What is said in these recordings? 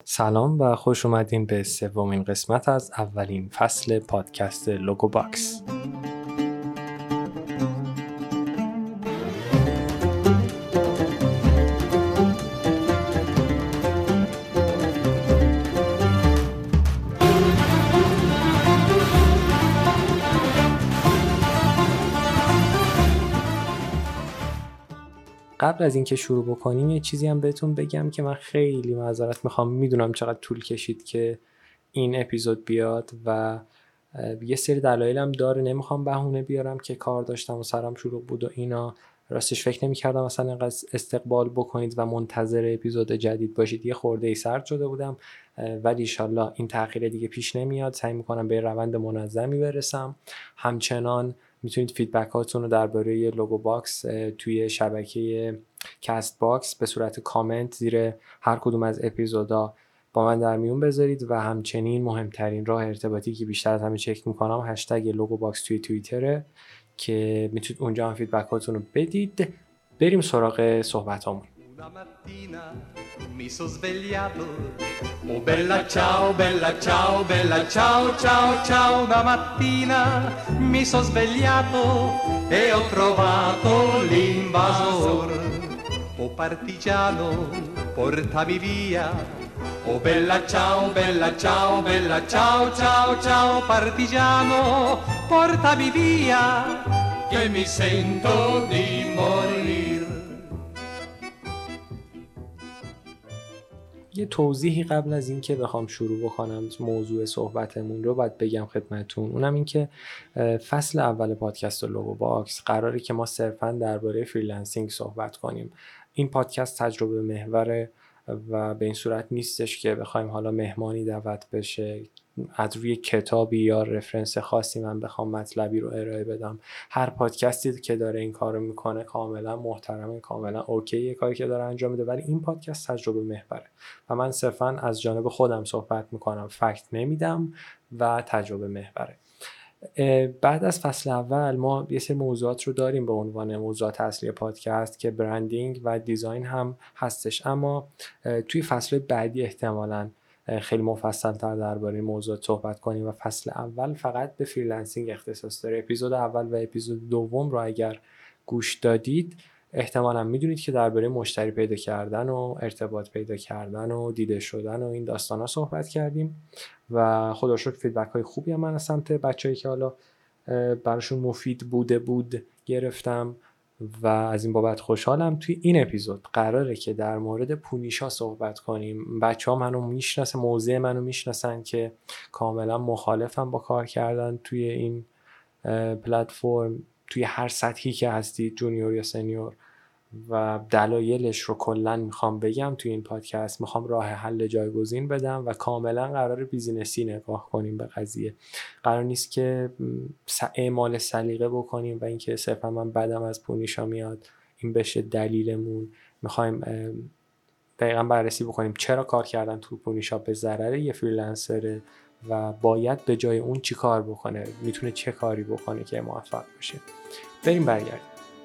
سلام و خوش اومدین به سومین قسمت از اولین فصل پادکست لوگو باکس. قبل از اینکه شروع بکنیم یه چیزی هم بهتون بگم که من خیلی معذرت میخوام، میدونم چقدر طول کشید که این اپیزود بیاد و یه سری دلایلم داره، نمیخوام بهونه بیارم که کار داشتم و سرم شلوغ بود و اینا. راستش فکر نمی‌کردم مثلا اینقدر استقبال بکنید و منتظر اپیزود جدید باشید. یه خورده سرد شده بودم، ولی انشالله این تغییر دیگه پیش نمیاد. سعی میکنم به روند منظمی برسم. همچنان میتونید فیدبکاتون رو درباره لوگو باکس توی شبکه کست باکس به صورت کامنت زیر هر کدوم از اپیزودا با من در میون بذارید و همچنین مهمترین راه ارتباطی که بیشتر از همه چک میکنم هشتگ لوگو باکس توی توییتره که میتونید اونجا هم فیدبکاتون رو بدید. بریم سراغ صحبتامون. Una mattina mi sono svegliato, oh bella ciao, bella ciao, bella ciao, ciao, ciao. Una mattina mi sono svegliato e ho trovato l'invasor. Oh partigiano, portami via, oh bella ciao, bella ciao, bella ciao, ciao, ciao. Partigiano, portami via, che mi sento di morire. یه توضیحی قبل از این که بخوام شروع بکنم موضوع صحبتمون رو باید بگم خدمتون. اونم این که فصل اول پادکست لوگو باکس قراره که ما صرفاً درباره فریلنسینگ صحبت کنیم. این پادکست تجربه محوره و به این صورت نیستش که بخوایم حالا مهمانی دعوت بشه، از روی کتابی یا رفرنس خاصی من بخوام مطلبی رو ارائه بدم. هر پادکستی که داره این کارو میکنه کاملا محترمه، کاملا اوکیه کاری که داره انجام میده، ولی این پادکست تجربه محوره و من صرفا از جانب خودم صحبت میکنم، فکت نمیدم و تجربه محوره. بعد از فصل اول ما یه سری موضوعات رو داریم به عنوان موضوعات اصلی پادکست که برندینگ و دیزاین هم هستش، اما توی فصل بعدی احتمالاً خیلی مفصل تر درباره این موضوع صحبت کنیم و فصل اول فقط به فریلنسینگ اختصاص داره. اپیزود اول و اپیزود دوم رو اگر گوش دادید احتمالاً میدونید که درباره مشتری پیدا کردن و ارتباط پیدا کردن و دیده شدن و این داستانا صحبت کردیم و خدا شکر فیدبک های خوبی هم من از سمت بچه‌ای که حالا براشون مفید بود گرفتم و از این بابت خوشحالم. توی این اپیزود قراره که در مورد پونیشا صحبت کنیم. بچه‌ها منو میشناسن، موضوع منو میشناسن که کاملا مخالفم با کار کردن توی این پلتفرم، توی هر سطحی که هستید، جونیور یا سنیور، و دلایلش رو کلا میخوام بگم توی این پادکست. میخوام راه حل جایگزین بدم و کاملا قرار بیزینسی نگاه کنیم به قضیه. قرار نیست که اعمال سلیقه بکنیم و اینکه صرفا من بدم از پونیشا میاد این بشه دلیلمون. میخوایم دقیقا بررسی بکنیم چرا کار کردن تو پونیشا به ضرر یه فریلنسره و باید به جای اون چی کار بکنه، میتونه چه کاری بکنه که موفق بشه. بریم برگردیم.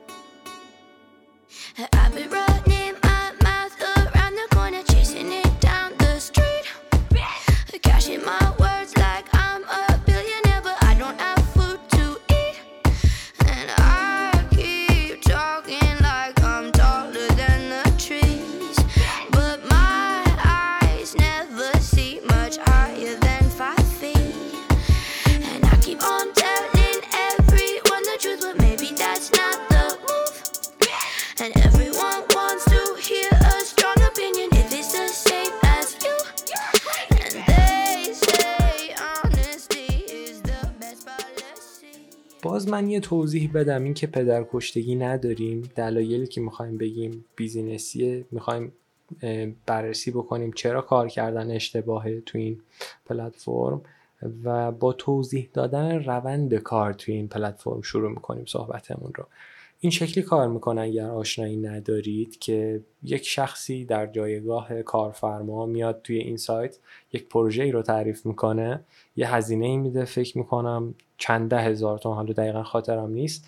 I've been running my mouth around the corner, chasing it down the street, cashing my words like I'm a billionaire, but I don't have food to eat, and I keep talking like I'm taller than the trees, but my eyes never see much higher than 5 feet, and I keep on telling everyone the truth, but maybe that's not the move. And everyone wants to hear a strong opinion if it's the same as you. And they say honesty is the best policy. باز من یه توضیح بدم، این که پدرکشتگی نداریم. دلایلی که میخوایم بگیم بیزینسیه، میخوایم بررسی بکنیم چرا کار کردن اشتباهه تو این پلتفرم و با توضیح دادن روند کار توی این پلتفرم شروع میکنیم صحبتمون رو. این شکلی کار میکنه اگر آشنایی ندارید که یک شخصی در جایگاه کارفرما میاد توی این سایت یک پروژه‌ای رو تعریف میکنه، یه هزینه‌ای میده، فکر میکنم چند ده هزار تومان، حالا دقیقا خاطرم نیست،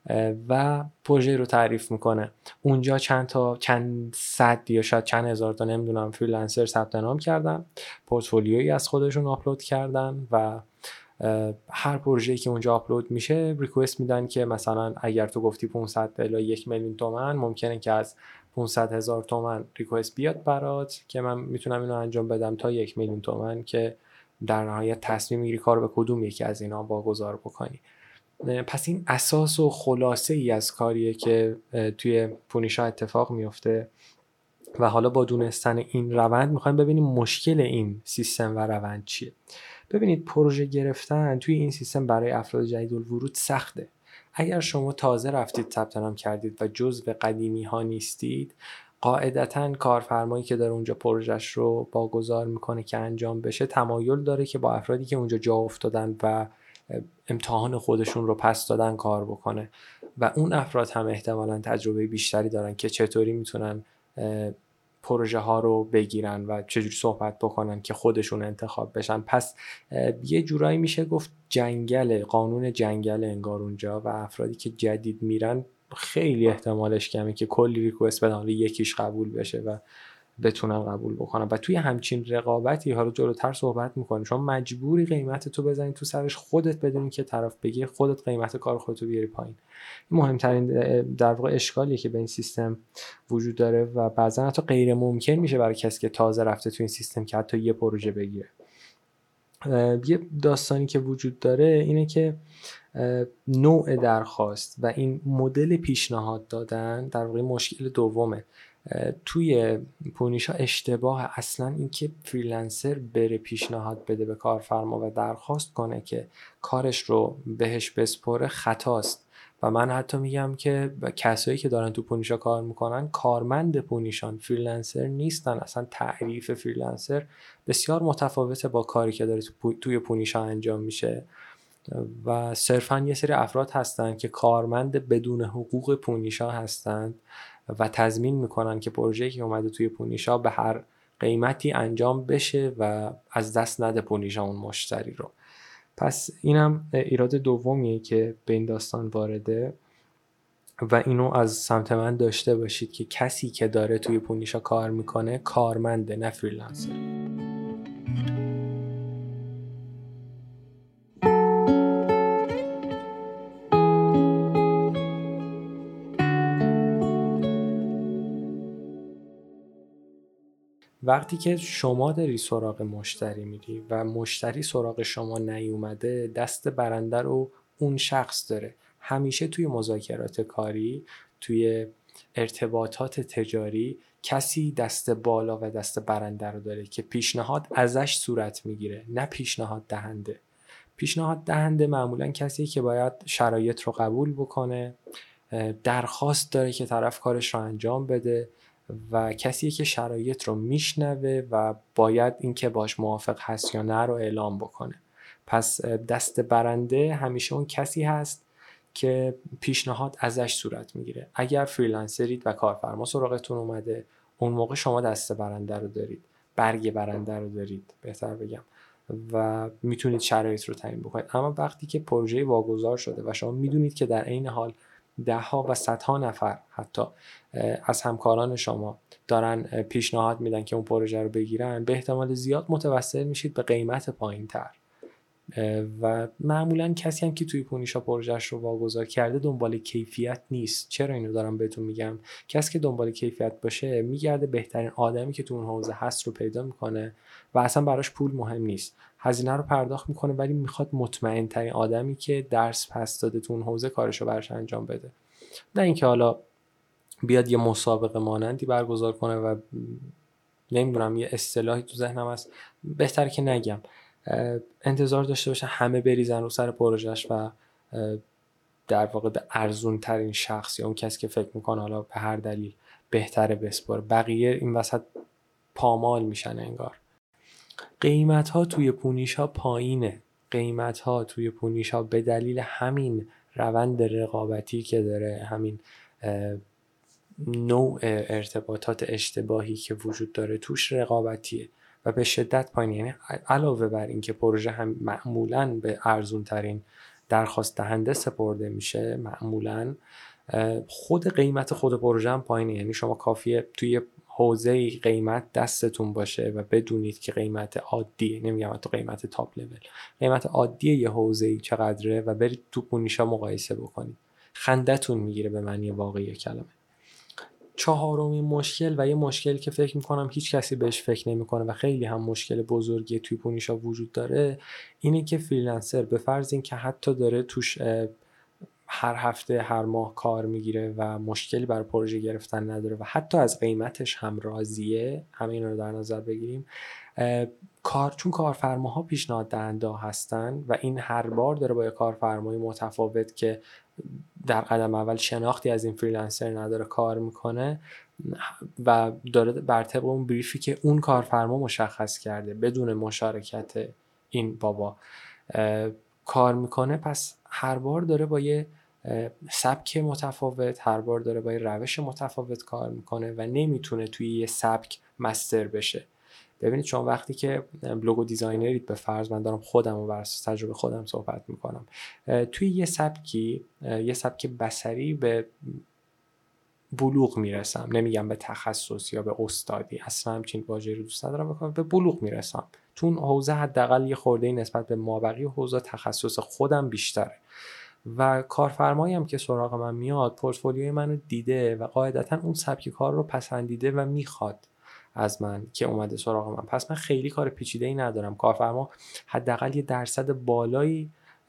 و پروژه رو تعریف میکنه. اونجا چند صد یا شاید چند هزار تا نمیدونم فریلنسر ثبت نام کردن، پورتفولیویی از خودشون آپلود کردن و هر پروژه‌ای که اونجا آپلود میشه ریکوست میدن که مثلا اگر تو گفتی 500 الی 1 میلیون تومان، ممکنه که از 500,000 تومان ریکوست بیاد برات که من میتونم اینو انجام بدم تا 1 میلیون تومان که در نهایت تصمیم میگیری کار به کدوم یکی از اینا واگذار بکنی. پس این اساس و خلاصه ای از کاریه که توی پونیشا اتفاق میفته و حالا با دونستن این روند میخوایم ببینیم مشکل این سیستم و روند چیه. ببینید پروژه گرفتن توی این سیستم برای افراد جدید الورود سخته. اگر شما تازه رفتید ثبت نام کردید و جزو قدیمی ها نیستید، قاعدتاً کارفرمایی که داره اونجا پروژهش رو واگذار میکنه که انجام بشه تمایل داره که با افرادی که اونجا جا افتادن و امتحان خودشون رو پس دادن کار بکنه و اون افراد هم احتمالاً تجربه بیشتری دارن که چطوری میتونن پروژه ها رو بگیرن و چجوری صحبت بکنن که خودشون انتخاب بشن. پس یه جورایی میشه گفت قانون جنگل انگار اونجا و افرادی که جدید میرن خیلی احتمالش کمه که کلی ریکوست بدن حالا یکیش قبول بشه و بتونن قبول بکنن. و توی همچین رقابتی حالا جلوتر صحبت میکنیم شما مجبوری قیمت تو بزنی تو سرش خودت بدون که طرف بگه، خودت قیمت کار خودتو بیاری پایین. این مهمترین در واقع اشکالیه که به این سیستم وجود داره و بعضا حتی غیر ممکن میشه برای کسی که تازه رفته تو این سیستم که حتی یه پروژه بگیره. یه داستانی که وجود داره اینه که نوع درخواست و این مدل پیشنهاد دادن در واقع مشکل دومه. توی پونیشا اشتباه اصلا این که فریلنسر بره پیشنهاد بده به کارفرما و درخواست کنه که کارش رو بهش بسپره خطاست و من حتی میگم که کسایی که دارن تو پونیشا کار میکنن کارمند پونیشان، فریلنسر نیستن. اصلا تعریف فریلنسر بسیار متفاوته با کاری که داره توی پونیشا انجام میشه و صرفا یه سری افراد هستن که کارمند بدون حقوق پونیشا هستند و تضمین میکنن که پروژه‌ای که اومده توی پونیشا به هر قیمتی انجام بشه و از دست نده پونیشا اون مشتری رو. پس اینم ایراد دومیه که به این داستان وارده و اینو از سمت من داشته باشید که کسی که داره توی پونیشا کار میکنه کارمنده نه فریلنسر. وقتی که شما داری سراغ مشتری میری و مشتری سراغ شما نیومده، دست برنده رو اون شخص داره. همیشه توی مذاکرات کاری، توی ارتباطات تجاری کسی دست بالا و دست برنده رو داره که پیشنهاد ازش صورت میگیره، نه پیشنهاد دهنده. پیشنهاد دهنده معمولا کسی که باید شرایط رو قبول بکنه، درخواست داره که طرف کارش رو انجام بده و کسی که شرایط رو میشنوه و باید این که باش موافق هست یا نه رو اعلام بکنه. پس دست برنده همیشه اون کسی هست که پیشنهاد ازش صورت میگیره. اگر فریلنسرید و کارفرما سراغتون اومده، اون موقع شما دست برنده رو دارید، برگ برنده رو دارید بهتر بگم، و میتونید شرایط رو تعیین بکنید. اما وقتی که پروژه واگذار شده و شما میدونید که در عین حال ده‌ها و صدها نفر حتی از همکاران شما دارن پیشنهاد میدن که اون پروژه رو بگیرن، به احتمال زیاد متوسل میشید به قیمت پایین‌تر و معمولا کسی هم که توی پونیشا پروژهش رو واگذار کرده دنبال کیفیت نیست. چرا اینو دارم بهتون میگم؟ کسی که دنبال کیفیت باشه میگرده بهترین آدمی که تو اون حوزه هست رو پیدا میکنه و اصلا براش پول مهم نیست، هزینه رو پرداخت میکنه ولی میخواد مطمئن ترین آدمی که درس پس داده تو اون حوزه کارش رو براش انجام بده، نه اینکه حالا بیاد یه مسابقه مانندی برگزار کنه و نمیدونم یه اصطلاحی تو ذهنم هست بهتره که نگم، انتظار داشته باشه همه بریزن رو سر پروژهش و در واقع به ارزون ترین شخص یا اون کسی که فکر میکنه حالا به هر دلیل بهتره بسپاره، بقیه این وسط پامال میشن انگار. قیمت ها توی پونیشا پایینه. قیمت ها توی پونیشا به دلیل همین روند رقابتی که داره، همین نوع ارتباطات اشتباهی که وجود داره توش رقابتیه و به شدت پایین. یعنی علاوه بر این که پروژه هم معمولاً به ارزون ترین درخواست دهنده سپرده میشه معمولاً خود قیمت خود پروژه هم پایینه. یعنی شما کافیه توی حوزه قیمت دستتون باشه و بدونید که قیمت عادی، نمیگم تو قیمت تاپ لول، قیمت عادی یه حوزه‌ای چقدره و برید تو پونیشا مقایسه بکنید، خندتون میگیره به معنی واقعی کلمه. چهارمین مشکل و یه مشکلی که فکر میکنم هیچ کسی بهش فکر نمیکنه و خیلی هم مشکل بزرگی توی پونیشا وجود داره، اینه که فریلنسر به فرض این که حتی داره توش هر هفته هر ماه کار میگیره و مشکلی برای پروژه گرفتن نداره و حتی از قیمتش هم راضیه، همه اینا رو در نظر بگیریم، چون کارفرماها پیشنهاد دهنده هستن و این هر بار داره با یه کارفرمای متفاوت که در قدم اول شناختی از این فریلنسر نداره کار میکنه و داره بر طبق اون بریفی که اون کارفرما مشخص کرده بدون مشارکت این بابا کار میکنه. پس هر بار داره با یه سبک متفاوت، هر بار داره با یه روش متفاوت کار میکنه و نمیتونه توی یه سبک مستر بشه. ببینید شما وقتی که لوگو دیزاینرید، به فرض من دارم خودم و بر اساس تجربه خودم صحبت میکنم، توی یه سبک بصری به بلوغ میرسم، نمیگم به تخصص یا به استادی، اصلا همچین واژه‌ای رو دوست ندارم بکنم، به بلوغ میرسم تو اون حوزه، حداقل یه خورده نسبت به مابقی حوزه تخصص خودم بیشتره و کارفرمایی هم که سراغ من میاد پورتفولیوی منو دیده و قاعدتا اون سبک کار رو پسندیده و میخواد از من که اومده سراغ من. پس من خیلی کار پیچیده‌ای ندارم، کارفرما حداقل یه درصد بالایی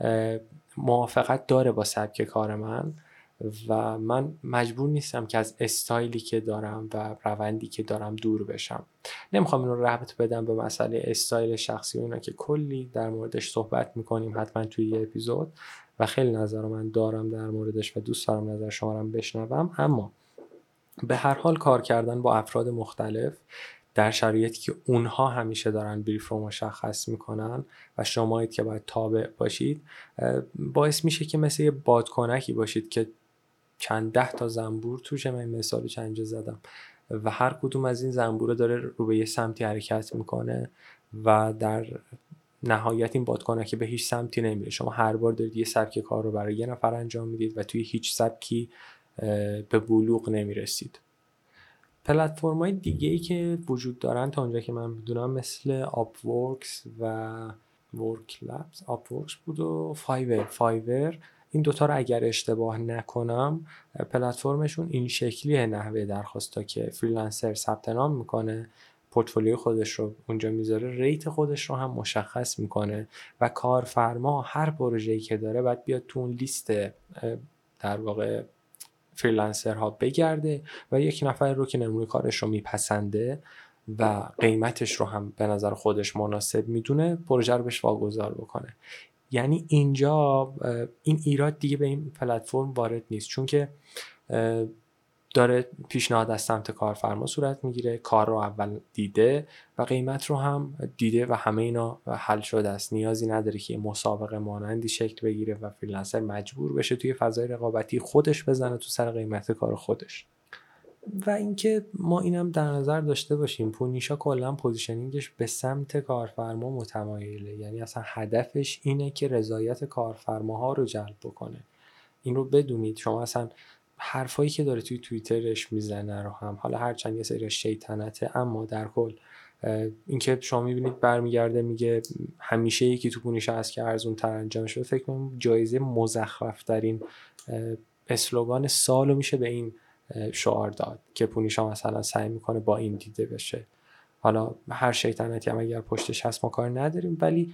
موافقت داره با سبک کار من و من مجبور نیستم که از استایلی که دارم و روندی که دارم دور بشم. نمیخوام اینو ربط بدم به مسئله استایل شخصی و اینا که کلی در موردش صحبت میکنیم حتما توی یه اپیزود و خیلی نظر من دارم در موردش و دوست دارم نظر شما رو بشنوم، اما به هر حال کار کردن با افراد مختلف در شرایطی که اونها همیشه دارن بریف رو مشخص میکنن و شمایید که باید تابع باشید، باعث میشه که مثل یه بادکنکی باشید که چند ده تا زنبور توشه. من مثال چند جا زدم و هر کدوم از این زنبوره داره رو به یه سمتی حرکت میکنه و در نهایت این بادکنک به هیچ سمتی نمیره. شما هر بار دارید یه سبک کار رو برای یه نفر انجام میدید و توی هیچ سبکی به بلوغ نمیرسید. پلتفرم‌های دیگه‌ای که وجود دارن تا اونجا که من میدونم مثل آپورکس و ورک لبز، آپورکس بود و فایور، این دوتا رو اگر اشتباه نکنم پلتفرمشون این شکلیه نحوه درخواستا که فریلنسر ثبت نام میکنه، پورتفولیو خودش رو اونجا میذاره، ریت خودش رو هم مشخص میکنه و کارفرما هر پروژه‌ای که داره باید بیاد تو اون لیست در واقع فریلنسرها بگرده و یک نفر رو که نمونه کارش رو میپسنده و قیمتش رو هم به نظر خودش مناسب میدونه پروژه رو بهش واگذار بکنه. یعنی اینجا این ایراد دیگه به این پلتفرم وارد نیست، چون که داره پیشنهاد از سمت کارفرما صورت میگیره، کار رو اول دیده و قیمت رو هم دیده و همه اینا حل شده است. نیازی نداره که مسابقه مانندی شکل بگیره و فریلنسر مجبور بشه توی فضای رقابتی خودش بزنه تو سر قیمت کار خودش. و اینکه ما اینم در نظر داشته باشیم پونیشا کلا پوزیشنینگش به سمت کارفرما متمایله، یعنی اصلا هدفش اینه که رضایت کارفرماها رو جلب بکنه. این رو بدونید. شما اصلا حرفایی که داره توی توییترش میزنه رو هم، حالا هرچند یه سری شیطنته، اما در کل اینکه شما میبینید برمیگرده میگه همیشه یکی تو پونیشا هست که ارزون تر انجام شده، فکر کنم جایزه مزخرف ترین اسلوگان سالو میشه به این شعار داد که پونیشا مثلا سعی میکنه با این دیده بشه. حالا هر شیطنتی هم اگر پشتش هست ما کار نداریم، ولی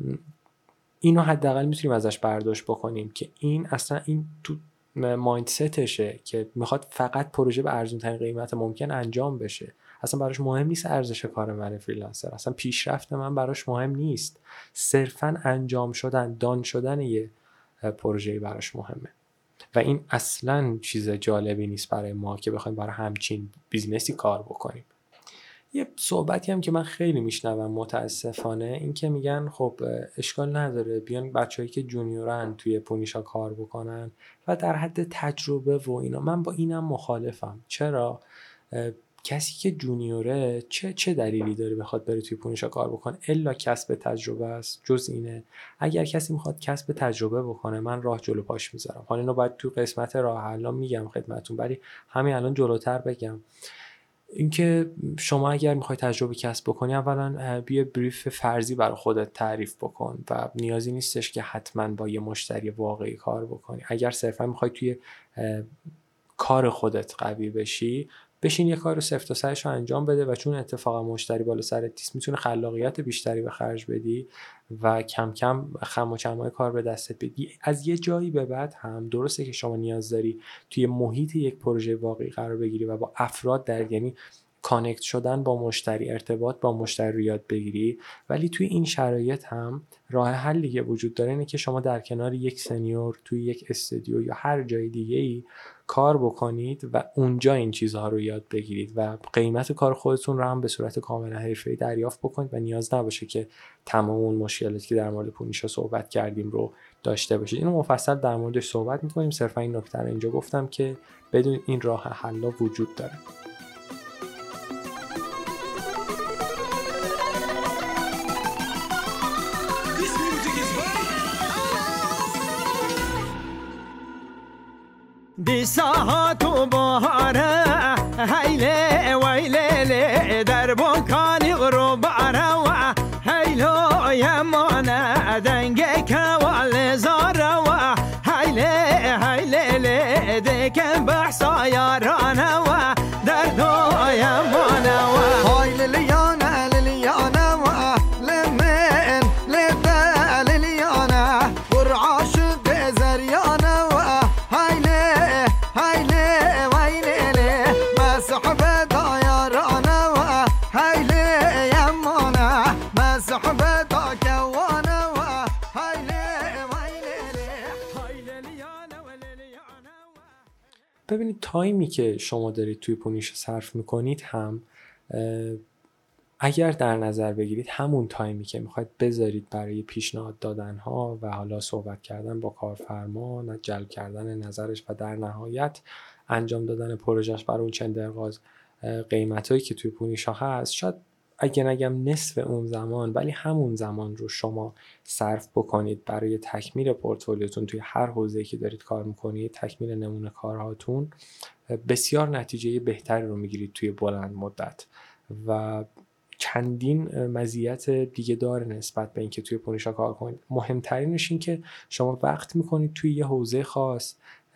اینو حداقل میتونیم ازش برداشت بکنیم که این اصلا این تو مایندستشه که میخواد فقط پروژه به ارزون ترین قیمت ممکن انجام بشه. اصلا براش مهم نیست ارزش کار من فریلنسر، اصلا پیشرفت من براش مهم نیست، صرفا انجام شدن، دان شدن یه پروژه‌ای براش مهمه. و این اصلا چیز جالبی نیست برای ما که بخوایم برای همچین بیزنسی کار بکنیم. یه صحبتی هم که من خیلی میشنوم متاسفانه این که میگن خب اشکال نداره بیان بچه‌هایی که جونیورن توی پونیشا کار بکنن و در حد تجربه و اینا. من با اینم مخالفم. چرا؟ کسی که جونیوره چه دلیلی داره بخواد بره توی پونیشا کار بکنه الا کسب تجربه است؟ جز اینه. اگر کسی میخواد کسب تجربه بکنه من راه جلو پاش میذارم. حالا اینو باید تو قسمت راه حل میگم خدمتتون، ولی همین الان جلوتر بگم اینکه شما اگر میخوای تجربه کسب بکنی اولا بیا بریف فرضی برای خودت تعریف بکن و نیازی نیستش که حتما با یه مشتری واقعی کار بکنی. اگر صرفا میخوای توی کار خودت قوی بشی، بشین یه کار رو صفر تا صدش رو انجام بده و چون اتفاقا مشتری بالا سرت نیست میتونه خلاقیت بیشتری به خرج بدی و کم کم خم و چمای کار به دستت بدی. از یه جایی به بعد هم درسته که شما نیاز داری توی محیط یک پروژه واقعی قرار بگیری و با افراد یعنی کانکت شدن با مشتری، ارتباط با مشتری رو یاد بگیری، ولی توی این شرایط هم راه حلی که وجود داره اینه که شما در کنار یک سنیور توی یک استودیو یا هر جای دیگه‌ای کار بکنید و اونجا این چیزها رو یاد بگیرید و قیمت کار خودتون رو هم به صورت کاملا حرفه‌ای دریافت بکنید و نیاز نباشه که تمام اون مشکلاتی که در مورد پونیشا صحبت کردیم رو داشته باشید. اینو مفصل در موردش صحبت می‌کنیم، صرفا این نکته رو اینجا گفتم که بدون این راه حل وجود داره. دی ساعت و بهاره هیله ویله در بکانی غروباره و هیلو یمانه دنگ کوال زاره و هیله دکن بحثا یارانه و در دو یمانه و های لیلیانه و لمن لبه لیلیانه بر عاشق زریانه و ببینید تایمی که شما دارید توی پونیشا صرف میکنید هم اگر در نظر بگیرید همون تایمی که میخواید بذارید برای پیشنهاد دادن ها و حالا صحبت کردن با کارفرما، جلب کردن نظرش و در نهایت انجام دادن پروژهش برای اون چند دقیقه قیمتایی که توی پونیشا هست، شاید اگه نگم نصف اون زمان ولی همون زمان رو شما صرف بکنید برای تکمیل پورتفولیوتون توی هر حوزه‌ای که دارید کار میکنید، تکمیل نمونه کارهاتون، بسیار نتیجه بهتری رو میگیرید توی بلند مدت و چندین مزیت دیگه داره نسبت به اینکه توی پونیشا کار کنید. مهمترینش این که شما وقت میکنید توی یه حوزه خاص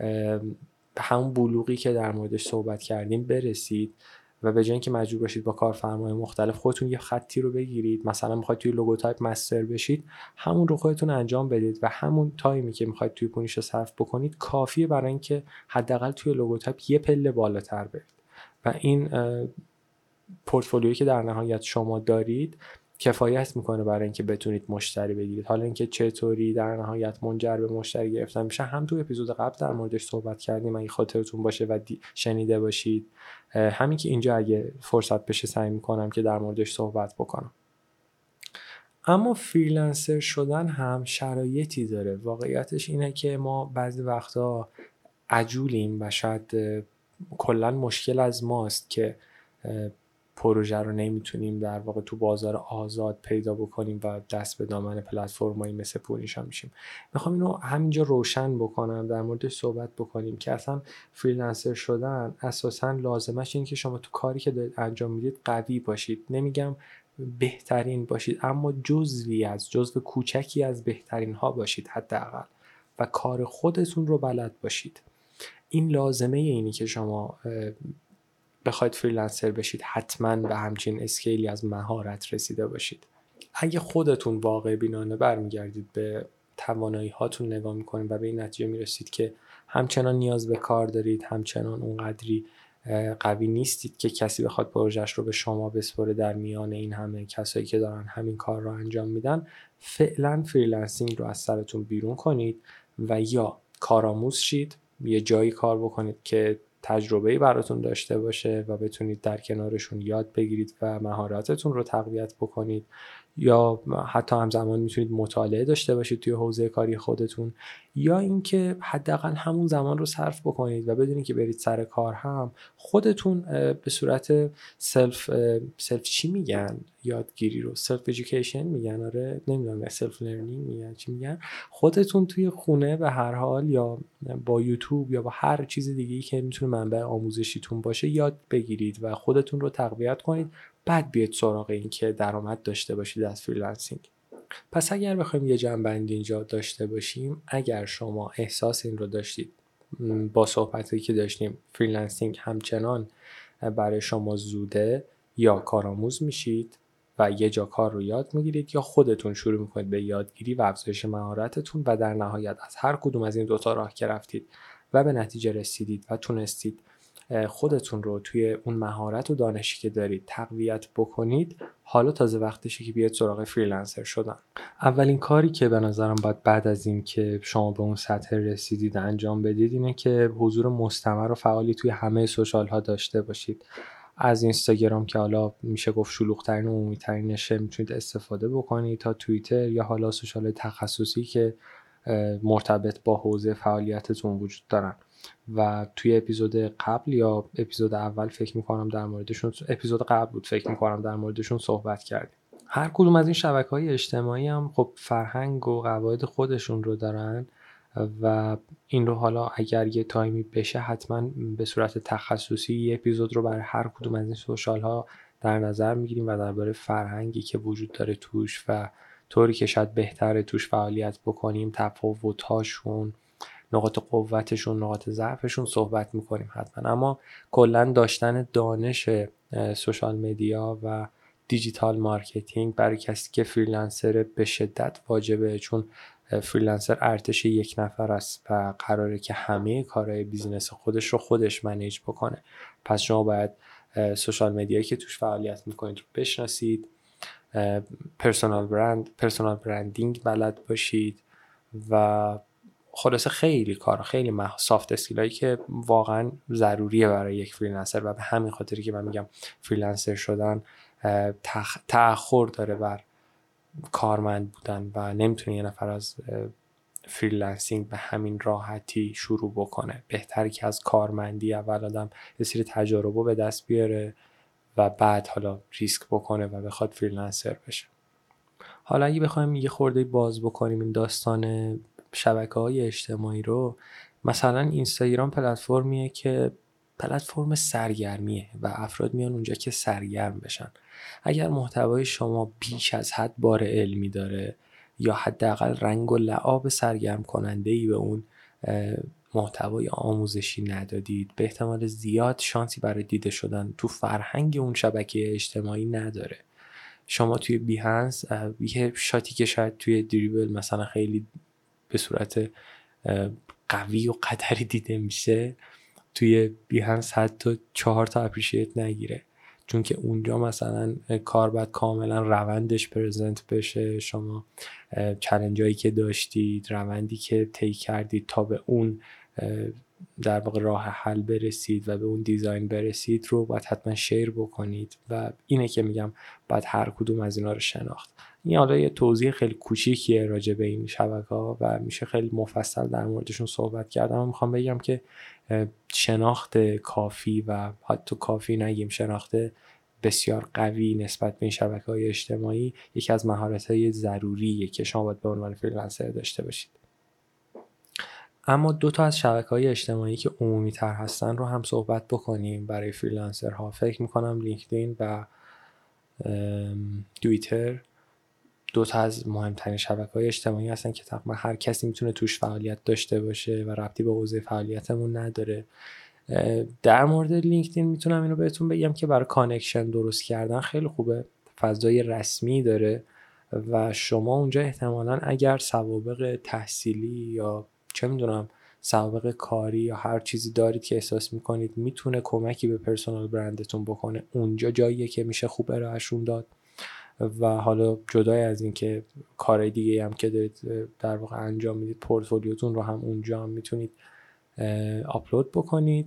به همون بلوغی که در موردش صحبت کردیم برسید و به جای اینکه مجبور باشید با کارفرمای مختلف خودتون یه خطی رو بگیرید، مثلا میخواید توی لوگوتایپ مستر بشید، همون رو خودتون انجام بدید و همون تایمی که میخواید توی پونیشا صرف بکنید کافیه برای اینکه حداقل توی لوگوتایپ یه پله بالاتر برید و این پورتفولیویی که در نهایت شما دارید کفایت میکنه برای اینکه بتونید مشتری بگیرید. حالا اینکه چطوری در نهایت منجر به مشتری گرفتن میشه هم تو اپیزود قبل در موردش صحبت کردیم اگه خاطرتون باشه و شنیده باشید، همین که اینجا اگه فرصت بشه سعی میکنم که در موردش صحبت بکنم. اما فریلنسر شدن هم شرایطی داره. واقعیتش اینه که ما بعضی وقتا عجولیم و شاید کلا مشکل از ماست که پروژه رو نمیتونیم در واقع تو بازار آزاد پیدا بکنیم و دست به دامن پلتفرمایی مثل پونیشا میشیم. میخوام اینو همینجا روشن بکنم، در موردش صحبت بکنیم که اصلا فریلنسر شدن اساسا لازمش اینه که شما تو کاری که دارید انجام میدید قوی باشید. نمیگم بهترین باشید، اما جزو کوچکی از بهترین ها باشید حداقل و کار خودتون رو بلد باشید. این لازمه اینی که شما بخواید فریلنسر بشید حتما به همچین اسکیلی از مهارت رسیده باشید. اگه خودتون واقع بینانه برمیگردید به توانایی هاتون نگاه میکنید و به این نتیجه میرسید که همچنان نیاز به کار دارید، همچنان اونقدری قوی نیستید که کسی بخواد پروژهش رو به شما بسپره در میان این همه کسایی که دارن همین کار رو انجام میدن، فعلا فریلنسینگ رو از سرتون بیرون کنید و یا کارآموز شید، یه جایی کار بکنید که تجربه‌ای براتون داشته باشه و بتونید در کنارشون یاد بگیرید و مهارتتون رو تقویت بکنید، یا حتی همزمان میتونید مطالعه داشته باشید توی حوزه کاری خودتون، یا اینکه حداقل همون زمان رو صرف بکنید و بدونید که برید سر کار هم خودتون به صورت سلف چی میگن یادگیری رو سلف ادویکیشن میگن، آره نمیدونم سلف لرنینگ میگن چی میگن، خودتون توی خونه به هر حال یا با یوتیوب یا با هر چیز دیگه‌ای که میتونه منبع آموزشیتون باشه یاد بگیرید و خودتون رو تقویت کنید، بعد بیاید سراغ این که درآمد داشته باشید از فریلنسینگ. پس اگر بخوایم یه جمع‌بندی اینجا داشته باشیم، اگر شما احساس این رو داشتید با صحبتی که داشتیم فریلنسینگ همچنان برای شما زوده، یا کارآموز میشید و یه جا کار رو یاد میگیرید، یا خودتون شروع میکنید به یادگیری و افزایش مهارتتون و در نهایت از هر کدوم از این دوتا راه که رفتید و به نتیجه رسیدید و تونستید خودتون رو توی اون مهارت و دانشی که دارید تقویت بکنید، حالا تازه وقتشه که بیاید سراغ فریلنسر شدن. اولین کاری که به نظرم باید بعد از این که شما به اون سطح رسیدید انجام بدید اینه که حضور مستمر و فعالی توی همه سوشال ها داشته باشید. از اینستاگرام که حالا میشه گفت شلوغ‌ترین و عمومی‌ترینشه میتونید استفاده بکنید، تا توییتر یا حالا سوشال تخصصی که مرتبط با حوزه فعالیتتون وجود دارن. و توی اپیزود قبل یا اپیزود اول فکر میکنم در موردشون، اپیزود قبل بود فکر میکنم در موردشون صحبت کردیم. هر کدوم از این شبکه‌های اجتماعی هم خب فرهنگ و قواعد خودشون رو دارن و این رو حالا اگر یه تایمی بشه حتما به صورت تخصصی یه اپیزود رو برای هر کدوم از این سوشال ها در نظر میگیریم و درباره فرهنگی که وجود داره توش و طوری که شاید بهتره توش فعالیت بکنیم، تفاوت‌هاشون، نقاط قوتشون، نقاط ضعفشون صحبت میکنیم حتما. اما کلا داشتن دانش سوشال مدیا و دیجیتال مارکتینگ برای کسی که فریلنسر به شدت واجبه، چون فریلنسر ارتش یک نفر است و قراره که همه کارهای بیزینس خودش رو خودش منیج بکنه. پس شما باید سوشال مدیایی که توش فعالیت میکنید رو بشناسید، پرسونال برندینگ بلد باشید و خلاصه خیلی کار، خیلی سافت اسکیلایی که واقعا ضروریه برای یک فریلنسر و به همین خاطری که من میگم فریلنسر شدن تأخر داره بر کارمند بودن و نمیتونه یه نفر از فریلنسینگ به همین راحتی شروع بکنه. بهتره که از کارمندی اول آدم یه سری تجارب به دست بیاره و بعد حالا ریسک بکنه و بخواد فریلنسر بشه. حالا اگه بخوایم یه خورده باز بکنیم این داستان شبکه‌های اجتماعی رو، مثلا اینستاگرام پلتفرمیه که پلتفرم سرگرمیه و افراد میان اونجا که سرگرم بشن. اگر محتوای شما بیش از حد بار علمی داره یا حداقل رنگ و لعاب سرگرم کننده‌ای به اون محتوای آموزشی ندادید، به احتمال زیاد شانسی برای دیده شدن تو فرهنگ اون شبکه اجتماعی نداره. شما توی بیهنس یه شاتی که شاید توی دریبل مثلا خیلی به صورت قوی و قدری دیده میشه، توی بیهنس حتی 4 تا اپریشیت نگیره، چون که اونجا مثلا کار باید کاملا روندش پرزنت بشه، شما چالنجایی که داشتید، روندی که طی کردید تا به اون در واقع راه حل برسید و به اون دیزاین برسید رو باید حتما شیر بکنید و اینه که میگم باید هر کدوم از اینا رو شناخت. این حالا یه توضیح خیلی کوچیکیه راجع به این شبکه‌ها و میشه خیلی مفصل در موردشون صحبت کردم. من میخوام بگم که شناخت کافی و حتی کافی نگیم، شناخت بسیار قوی نسبت به این شبکه‌های اجتماعی یکی از مهارت‌های ضروریه که شما باید به عنوان فریلنسر داشته باشید. اما 2 تا از شبکه‌های اجتماعی که عمومی‌تر هستن رو هم صحبت بکنیم برای فریلنسرها. فکر می‌کنم لینکدین و توییتر 2 تا از مهمترین شبکه‌های اجتماعی هستن که تقریبا هر کسی میتونه توش فعالیت داشته باشه و ربطی به حوزه فعالیتمون نداره. در مورد لینکدین میتونم اینو بهتون بگم که برای کانکشن درست کردن خیلی خوبه، فضای رسمی داره و شما اونجا احتمالاً اگر سوابق تحصیلی یا چه میدونم سوابق کاری یا هر چیزی دارید که احساس میکنید میتونه کمکی به پرسونال برندتون بکنه، اونجا جاییه که میشه خوب ارائهشون داد. و حالا جدای از این که کارهای دیگه هم که دارید در واقع انجام میدید، پورتفولیوتون رو هم اونجا هم میتونید آپلود بکنید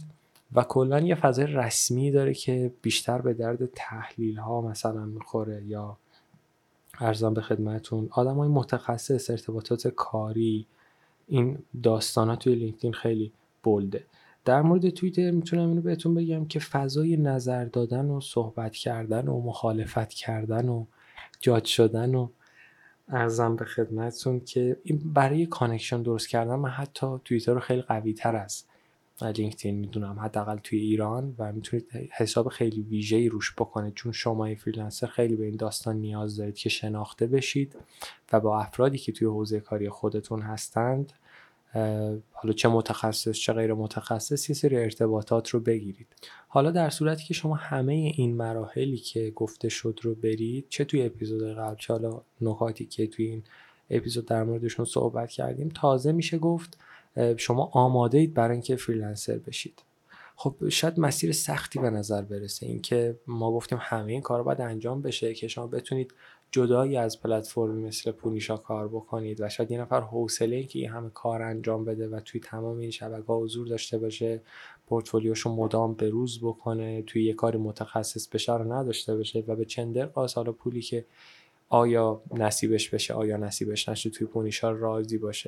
و کلا یه فضای رسمی داره که بیشتر به درد تحلیل ها مثلا میخوره، یا ارزم به خدمتون آدمای متخصص ارتباطات کاری. این داستانا توی لینکدین خیلی بولده. در مورد توییتر میتونم اینو بهتون بگم که فضای نظر دادن و صحبت کردن و مخالفت کردن و جاج شدن و ارزم به خدمتون که این برای کانکشن درست کردن من حتی توییتر رو خیلی قوی تر از لینکدین میدونم، حداقل توی ایران، و میتونید حساب خیلی ویژه‌ای روش بکنید، چون شما فریلنسر خیلی به این داستان نیاز دارید که شناخته بشید و با افرادی که توی حوزه کاری خودتون هستند، حالا چه متخصص چه غیر متخصص، یه سری ارتباطات رو بگیرید. حالا در صورتی که شما همه این مراحلی که گفته شد رو برید، چه توی اپیزود قبل چه حالا نکاتی که توی این اپیزود در موردشون صحبت کردیم، تازه میشه گفت شما آماده اید برای اینکه فریلنسر بشید. خب شاید مسیر سختی به نظر برسه، این که ما گفتیم همه این کارا باید انجام بشه که شما بتونید جدایی از پلتفرمی مثل پونیشا کار بکنید و شاید یه نفر حوصله این که این همه کار انجام بده و توی تمام این شبکه‌ها حضور داشته باشه، پورتفولیوشو مدام بروز بکنه، توی یه کاری متخصص بشه رو نداشته باشه و به چندر قاس حالا پولی که آیا نصیبش بشه آیا نصیبش نشه توی پونیشا راضی باشه.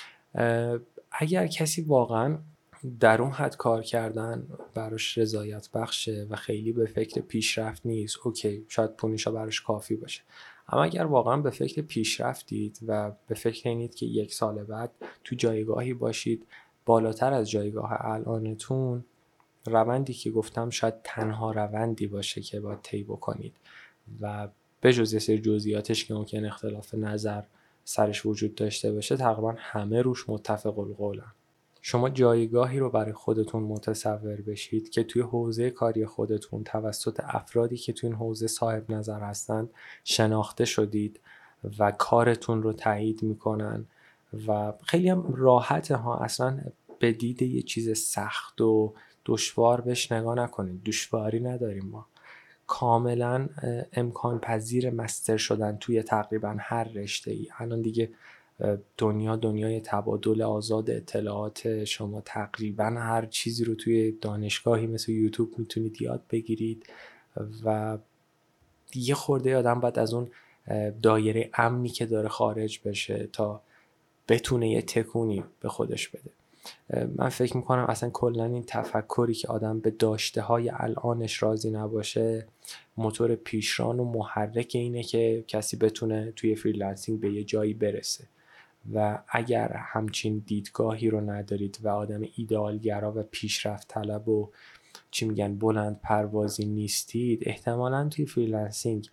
اگر کسی واقعا در اون حد کار کردن براش رضایت بخشه و خیلی به فکر پیشرفت نیست، اوکی شاید پونیشا براش کافی باشه. اما اگر واقعا به فکر پیشرفتید و به فکر اینید که 1 سال بعد تو جایگاهی باشید بالاتر از جایگاه الانتون، روندی که گفتم شاید تنها روندی باشه که باید طی بکنید و به جز یه سری جزئیاتش که ممکن اختلاف نظر سرش وجود داشته باشه، تقریبا همه روش متفق القولن. شما جایگاهی رو برای خودتون متصور بشید که توی حوزه کاری خودتون توسط افرادی که توی این حوزه صاحب نظر هستند شناخته شدید و کارتون رو تایید میکنن و خیلی هم راحته ها. اصلا به دید یه چیز سخت و دشوار بهش نگاه نکنید، دشواری نداریم ما. کاملا امکان پذیر مستر شدن توی تقریبا هر رشته‌ای. الان دیگه دنیای تبادل آزاد اطلاعات، شما تقریبا هر چیزی رو توی دانشگاهی مثل یوتیوب میتونید یاد بگیرید و یه خورده آدم باید از اون دایره امنی که داره خارج بشه تا بتونه یه تکونی به خودش بده. من فکر میکنم اصلا کلا این تفکری که آدم به داشته های الانش راضی نباشه موتور پیشران و محرک اینه که کسی بتونه توی فریلنسینگ به یه جایی برسه. و اگر همچین دیدگاهی رو ندارید و آدم ایدئالگرا و پیشرفت طلب و چی میگن بلند پروازی نیستید، احتمالاً توی فریلنسینگ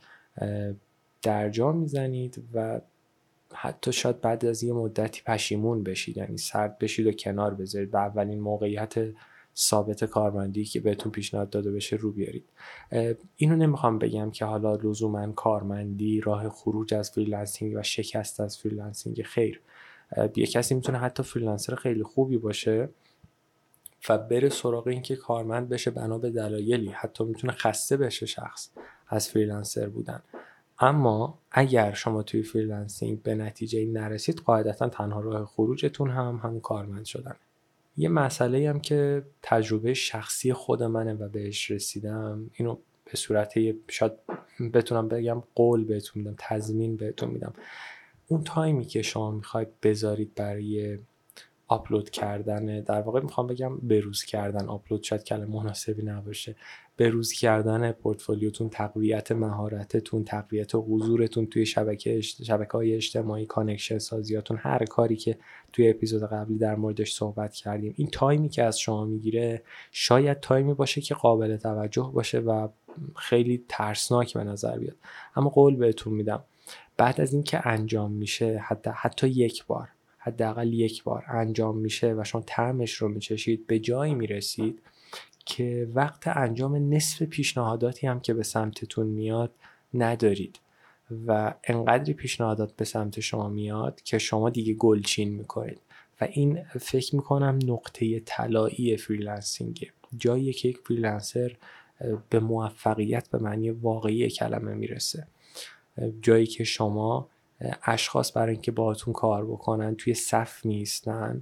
درجا میزنید و حتی شاید بعد از یه مدتی پشیمون بشید، یعنی سرد بشید و کنار بذارید و اولین موقعیت ثابت کارمندی که بهتون پیشنهاد داده بشه رو بیارید. اینو نمیخوام بگم که حالا لزوما کارمندی راه خروج از فریلنسینگ و شکست از فریلنسینگ. خیر، یه کسی میتونه حتی فریلنسر خیلی خوبی باشه و بره سراغ این که کارمند بشه بنا به دلایلی، حتی میتونه خسته بشه شخص از فریلنسر بودن. اما اگر شما توی فریلنسینگ به نتیجه نرسید، قاعدتا تنها راه خروجتون هم کارمند شدن. یه مسئله هم که تجربه شخصی خود منه و بهش رسیدم، اینو به صورت شاید بتونم بگم قول بهتون میدم، تضمین بهتون میدم، اون تایمی که شما میخواید بذارید برای آپلود کردن، در واقع میخوام بگم بروز کردن، آپلود شاید کلمه مناسبی نباشه، بروز کردن پورتفولیوتون، تقویت مهارتتون، تقویت حضورتون توی شبکه‌های اجتماعی، کانکشن سازیاتون، هر کاری که توی اپیزود قبلی در موردش صحبت کردیم، این تایمی که از شما میگیره شاید تایمی باشه که قابل توجه باشه و خیلی ترسناک به نظر بیاد. اما قول بهتون میدم بعد از این که انجام میشه، حتی یک بار، حداقل یک بار انجام میشه و شما طعمش رو میچشید، به جایی میرسید که وقت انجام نصف پیشنهاداتی هم که به سمتتون میاد ندارید و انقدری پیشنهادات به سمت شما میاد که شما دیگه گلچین میکنید و این فکر میکنم نقطه طلایی فریلنسینگه، جاییه که یک فریلنسر به موفقیت به معنی واقعی کلمه میرسه، جایی که شما اشخاص برای اینکه باهاتون کار بکنن توی صف میستن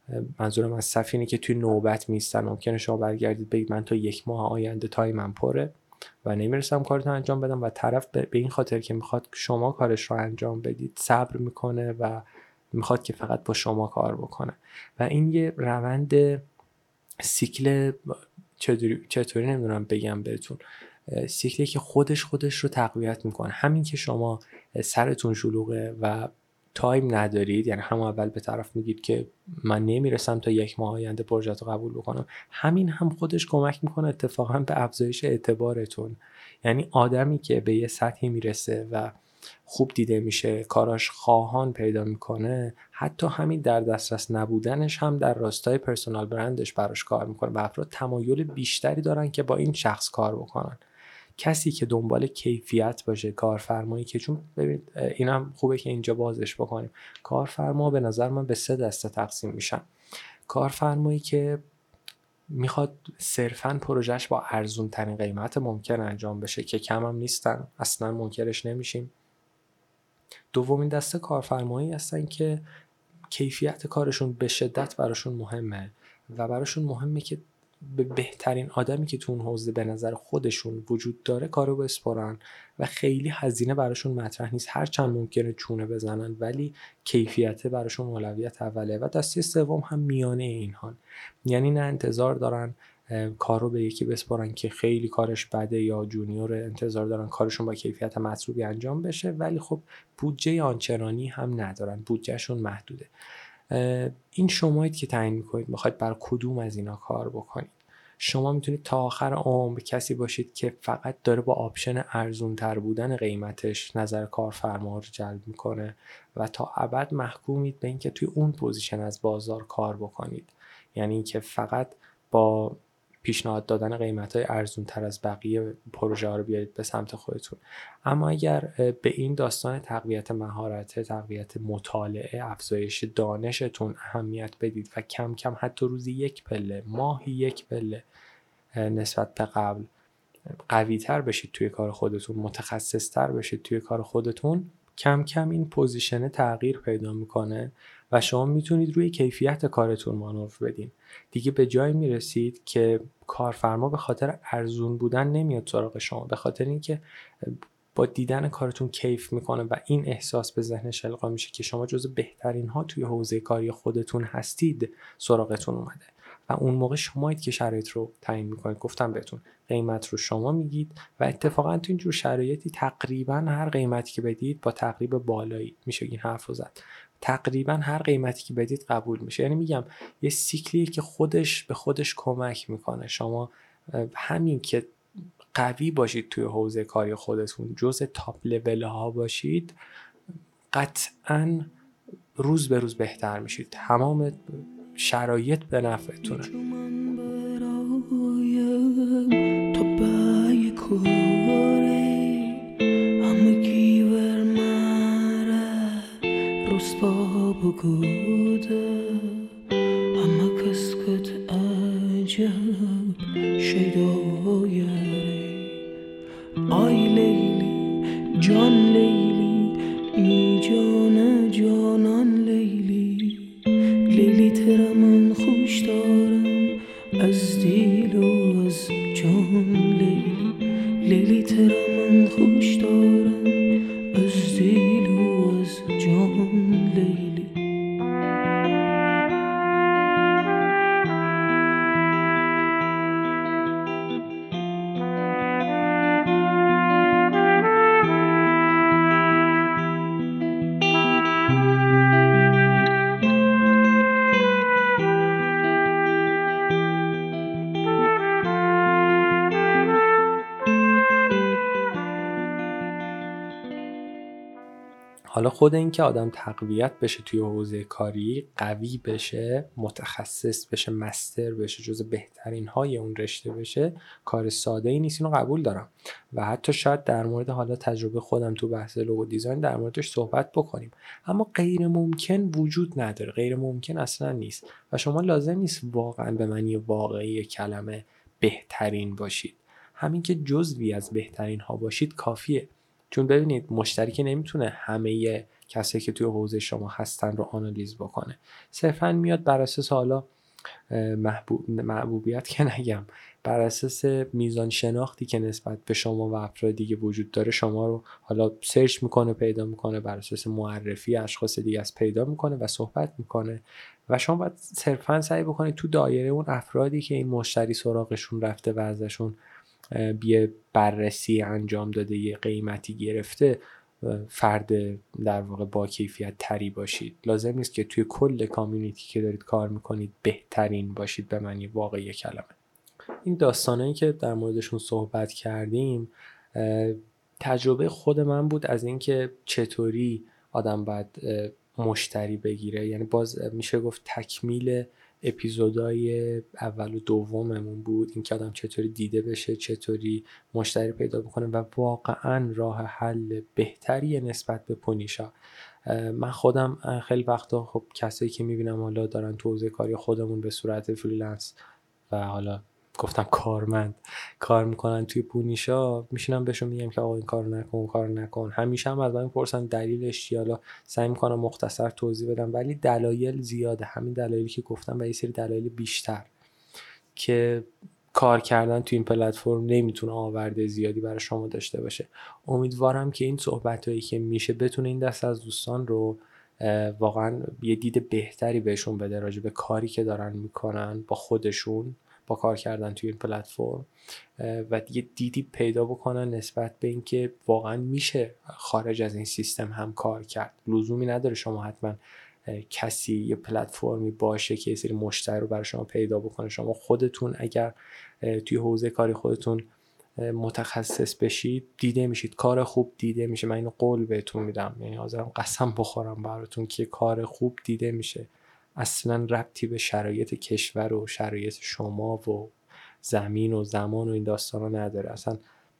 منظورم از صف اینه که توی نوبت میستن. ممکنه شما برگردید بگید من تا 1 ماه آینده تایمم پره و نمیرسم کارتو انجام بدم و طرف به این خاطر که میخواد شما کارش رو انجام بدید صبر میکنه و میخواد که فقط با شما کار بکنه و این یه روند سیکل چطوری نمیدونم بگم بهتون، سیکلی که خودش رو تقویت میکنه. همین که شما سرتون شلوغه و تایم ندارید، یعنی همون اول به طرف میگید که من نمیرسم تا 1 ماه آینده پروژه رو قبول بکنم، همین هم خودش کمک میکنه اتفاقا به افزایش اعتبارتون. یعنی آدمی که به یه سطحی میرسه و خوب دیده میشه، کاراش خواهان پیدا میکنه، حتی همین در دسترس نبودنش هم در راستای پرسونال برندش براش کار میکنه و افراد تمایل بیشتری دارن که با این شخص کار بکنن. کسی که دنبال کیفیت باشه، کارفرمایی که، چون ببینید اینم خوبه که اینجا بازش بکنیم، کارفرما به نظر من به 3 دسته تقسیم میشن. کارفرمایی که میخواد صرفاً پروژهش با ارزون ترین قیمت ممکن انجام بشه که کم هم نیستن، اصلا منکرش نمیشیم. دومین دسته کارفرمایی هستن که کیفیت کارشون به شدت براشون مهمه و براشون مهمه که به بهترین آدمی که تو اون حوزه به نظر خودشون وجود داره کارو بسپارن و خیلی هزینه براشون مطرح نیست، هر چند ممکنه چونه بزنن ولی کیفیت براشون اولویت اوله. و دسته سوم هم میانه اینهان، یعنی نه انتظار دارن کارو به یکی بسپارن که خیلی کارش بده یا جونیور، انتظار دارن کارشون با کیفیت مطلوبی انجام بشه ولی خب بودجه آنچنانی هم ندارن، بودجهشون محدوده. این شمایید که تعیین میکنید میخواید بر کدوم از اینا کار بکنید. شما میتونید تا آخر عمر کسی باشید که فقط داره با آپشن ارزون تر بودن قیمتش نظر کارفرما رو جلب میکنه و تا ابد محکومید به اینکه توی اون پوزیشن از بازار کار بکنید، یعنی که فقط با پیشنهاد دادن قیمت‌های ارزون‌تر از بقیه پروژه ها رو بیارید به سمت خودتون. اما اگر به این داستان تقویت مهارت، تقویت مطالعه، افزایش دانشتون اهمیت بدید و کم کم حتی روزی 1 پله، ماهی 1 پله نسبت به قبل قوی‌تر بشید توی کار خودتون، متخصص‌تر بشید توی کار خودتون، کم کم این پوزیشن تغییر پیدا میکنه و شما میتونید روی کیفیت کارتون مانور بدین. دیگه به جایی میرسید که کارفرما به خاطر ارزون بودن نمیاد سراغ شما، به خاطر اینکه با دیدن کارتون کیف میکنه و این احساس به ذهنش القا میشه که شما جزو بهترین ها توی حوزه کاری خودتون هستید، سراغتون اومده و اون موقع شمایید که شرایط رو تعیین میکنید. گفتم بهتون قیمت رو شما میگید و اتفاقا تو اینجور شرایطی تقریبا هر قیمتی که بدید با تقریبا بالایی میشه این حرف رو زد، تقریبا هر قیمتی که بدید قبول میشه. یعنی میگم یه سیکلیه که خودش به خودش کمک میکنه. شما همین که قوی باشید توی حوزه کاری خودتون، جزء تاپ لول ها باشید، قطعاً روز به روز بهتر میشید، تمام شرایط به نفعتونه. آی لیلی جان لیلی می جان جانان لیلی لیلی ترا من خوش دارم از دیل و از جان لیلی لیلی ترا من خوش دارم از دیل و از جان لیلی. حالا خود این که آدم تقویت بشه توی حوزه کاری، قوی بشه، متخصص بشه، مستر بشه، جز بهترین های اون رشته بشه، کار ساده ای نیست، اینو قبول دارم و حتی شاید در مورد حالا تجربه خودم تو بحث لوگو دیزاین در موردش صحبت بکنیم. اما غیر ممکن وجود نداره، غیر ممکن اصلا نیست و شما لازم نیست واقعا به معنی واقعی کلمه بهترین باشید. همین که جزوی از بهترین ها باشید کافیه. چون ببینید مشتری که نمیتونه همه کسایی که توی حوزه شما هستن رو آنالیز بکنه، صرفا میاد بر اساس حالا محبوبیت که نگم، بر اساس میزان شناختی که نسبت به شما و افراد دیگه وجود داره شما رو حالا سرچ میکنه، پیدا میکنه، بر اساس معرفی اشخاص دیگه از پیدا میکنه و صحبت میکنه و شما باید صرفا سعی بکنید تو دایره اون افرادی که این مشتری سراغشون رفته و ازشون یه بررسی انجام داده، یه قیمتی گرفته، فرد در واقع با کیفیت تری باشید. لازم نیست که توی کل کامیونیتی که دارید کار میکنید بهترین باشید به معنی واقعی کلمه. این داستانایی که در موردشون صحبت کردیم تجربه خود من بود از اینکه چطوری آدم باید مشتری بگیره. یعنی باز میشه گفت تکمیل اپیزودهای اول و دوممون بود، اینکه آدم چطوری دیده بشه، چطوری مشتری پیدا بکنه و واقعا راه حل بهتری نسبت به پونیشا. من خودم خیلی وقتا خب کسایی که میبینم حالا دارن تو حوزه کاری خودمون به صورت فریلنس و حالا گفتم کارمند کار میکنن توی پونیشا، میشینم بهشون میگم که آقا این کارو نکن، اون کارو نکن. همیشه هم از من میپرسن دلیلش چیه، حالا سعی میکنم مختصر توضیح بدم، ولی دلایل زیاده، همین دلایلی که گفتم و یه سری دلایل بیشتر که کار کردن توی این پلتفرم نمیتونه آورده زیادی برای شما داشته باشه. امیدوارم که این صحبتایی که میشه بتونه این دست از دوستان رو واقعا یه دید بهتری بهشون بده راجع به کاری که دارن میکنن با خودشون، با کار کردن توی این پلتفرم، و یه دیدی پیدا بکنن نسبت به اینکه واقعا میشه خارج از این سیستم هم کار کرد. لزومی نداره شما حتما کسی یه پلتفرمی باشه که یه سری مشتری رو برای شما پیدا بکنه. شما خودتون اگر توی حوزه کاری خودتون متخصص بشید دیده میشید، کار خوب دیده میشه. من اینو قول بهتون میدم، یعنی حاضرم قسم بخورم براتون که کار خوب دیده میشه. اصلا ربطی به شرایط کشور و شرایط شما و زمین و زمان و این داستانا نداره. اصلا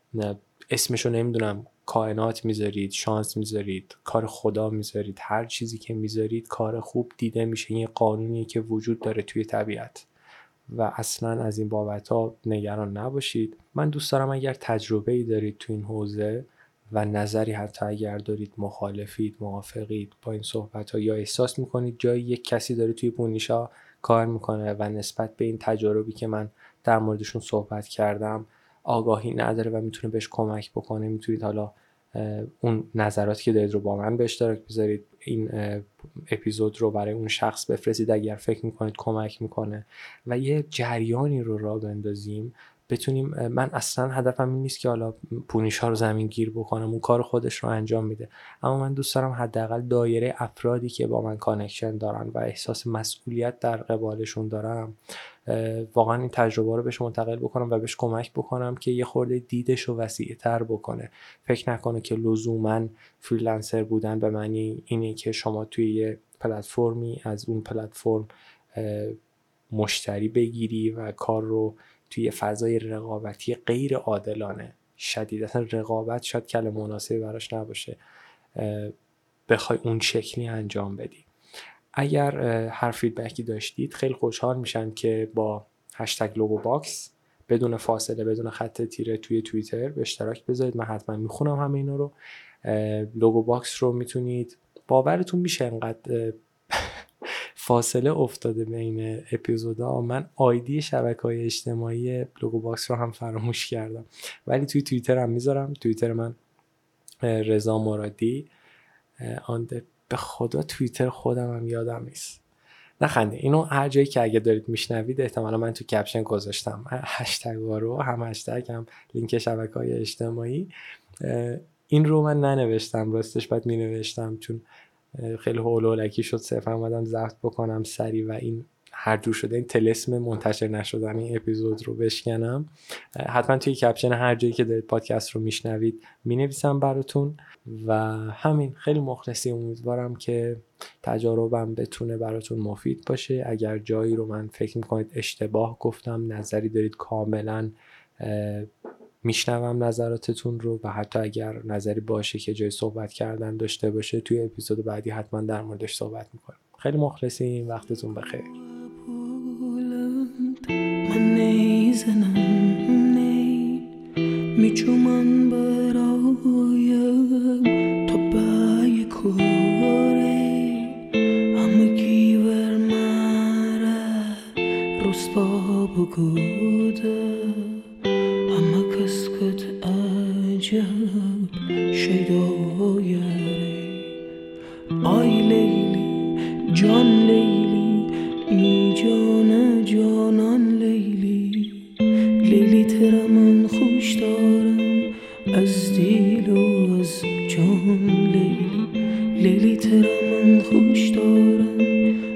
اسمشو نمیدونم کائنات میذارید، شانس میذارید، کار خدا میذارید، هر چیزی که میذارید کار خوب دیده میشه. این قانونیه که وجود داره توی طبیعت و اصلا از این بابت‌ها نگران نباشید. من دوست دارم اگر تجربه‌ای دارید تو این حوزه و نظری حتی اگر دارید، مخالفید، موافقید با این صحبت‌ها یا احساس میکنید جای یک کسی داره توی پونیشا کار میکنه و نسبت به این تجاربی که من در موردشون صحبت کردم آگاهی نداره و میتونه بهش کمک بکنه، میتونید حالا اون نظراتی که دارید رو با من به اشتراک بذارید، این اپیزود رو برای اون شخص بفرستید اگر فکر میکنید کمک میکنه و یه جریانی رو راه بندازیم بتونیم. من اصلا هدفم این نیست که حالا پونیشا رو زمین گیر بکنم، اون کار خودش رو انجام میده، اما من دوست دارم حداقل دایره افرادی که با من کانکشن دارن و احساس مسئولیت در قبالشون دارم واقعا این تجربه رو بهش منتقل بکنم و بهش کمک بکنم که یه خورده دیدش رو وسیع‌تر بکنه. فکر نکنه که لزوماً فریلنسر بودن به معنی اینه که شما توی یه پلتفرمی از اون پلتفرم مشتری بگیری و کار رو توی فضای رقابتی غیر عادلانه شدید، اصلا رقابت شاید کلمه مناسبی براش نباشه، بخوای اون شکلی انجام بدی. اگر هر فیدبکی داشتید خیلی خوشحال میشم که با هشتگ لوگو باکس بدون فاصله بدون خط تیره توی توییتر به اشتراک بذارید. من حتما میخونم همه اینا رو. لوگو باکس رو میتونید، باورتون میشه انقدر فاصله افتاده بین اپیزودا، من آیدی شبکه‌های اجتماعی لوگو باکس رو هم فراموش کردم، ولی توی توییتر هم میذارم. توییتر من رضا مرادی به خدا توییتر خودم هم یادم نیست. نخنده، اینو هر جایی که اگه دارید میشنوید احتمالا من تو کپشن گذاشتم هشتگ رو، هم هشتگ هم لینک شبکه‌های اجتماعی. این رو من ننوشتم، راستش باید مینوشتم چون خیلی هول هولکی شد، صرفا اومدم ضبط بکنم سری و این هر جور شده این طلسم منتشر نشدن این اپیزود رو بشکنم. حتما توی کپشن هر جایی که دارید پادکست رو میشنوید مینویسم براتون و همین. خیلی مخلصی، امیدوارم که تجاربم بتونه براتون مفید باشه. اگر جایی رو من فکر میکنید اشتباه گفتم، نظری دارید، کاملا میشنوم نظراتتون رو و حتی اگر نظری باشه که جای صحبت کردن داشته باشه توی اپیزود بعدی حتما در موردش صحبت میکنم. خیلی مخلصیم، وقتتون بخیر. من نیزنم نی میچومن برای cuore ama giver mara ruspa buguda ama kaskat ajab shaydoyare ay leyli can leyli mi jana janan leyli لیلی ترا من خوش دارم از دل و از جان لیلی لیلی ترا من خوش دارم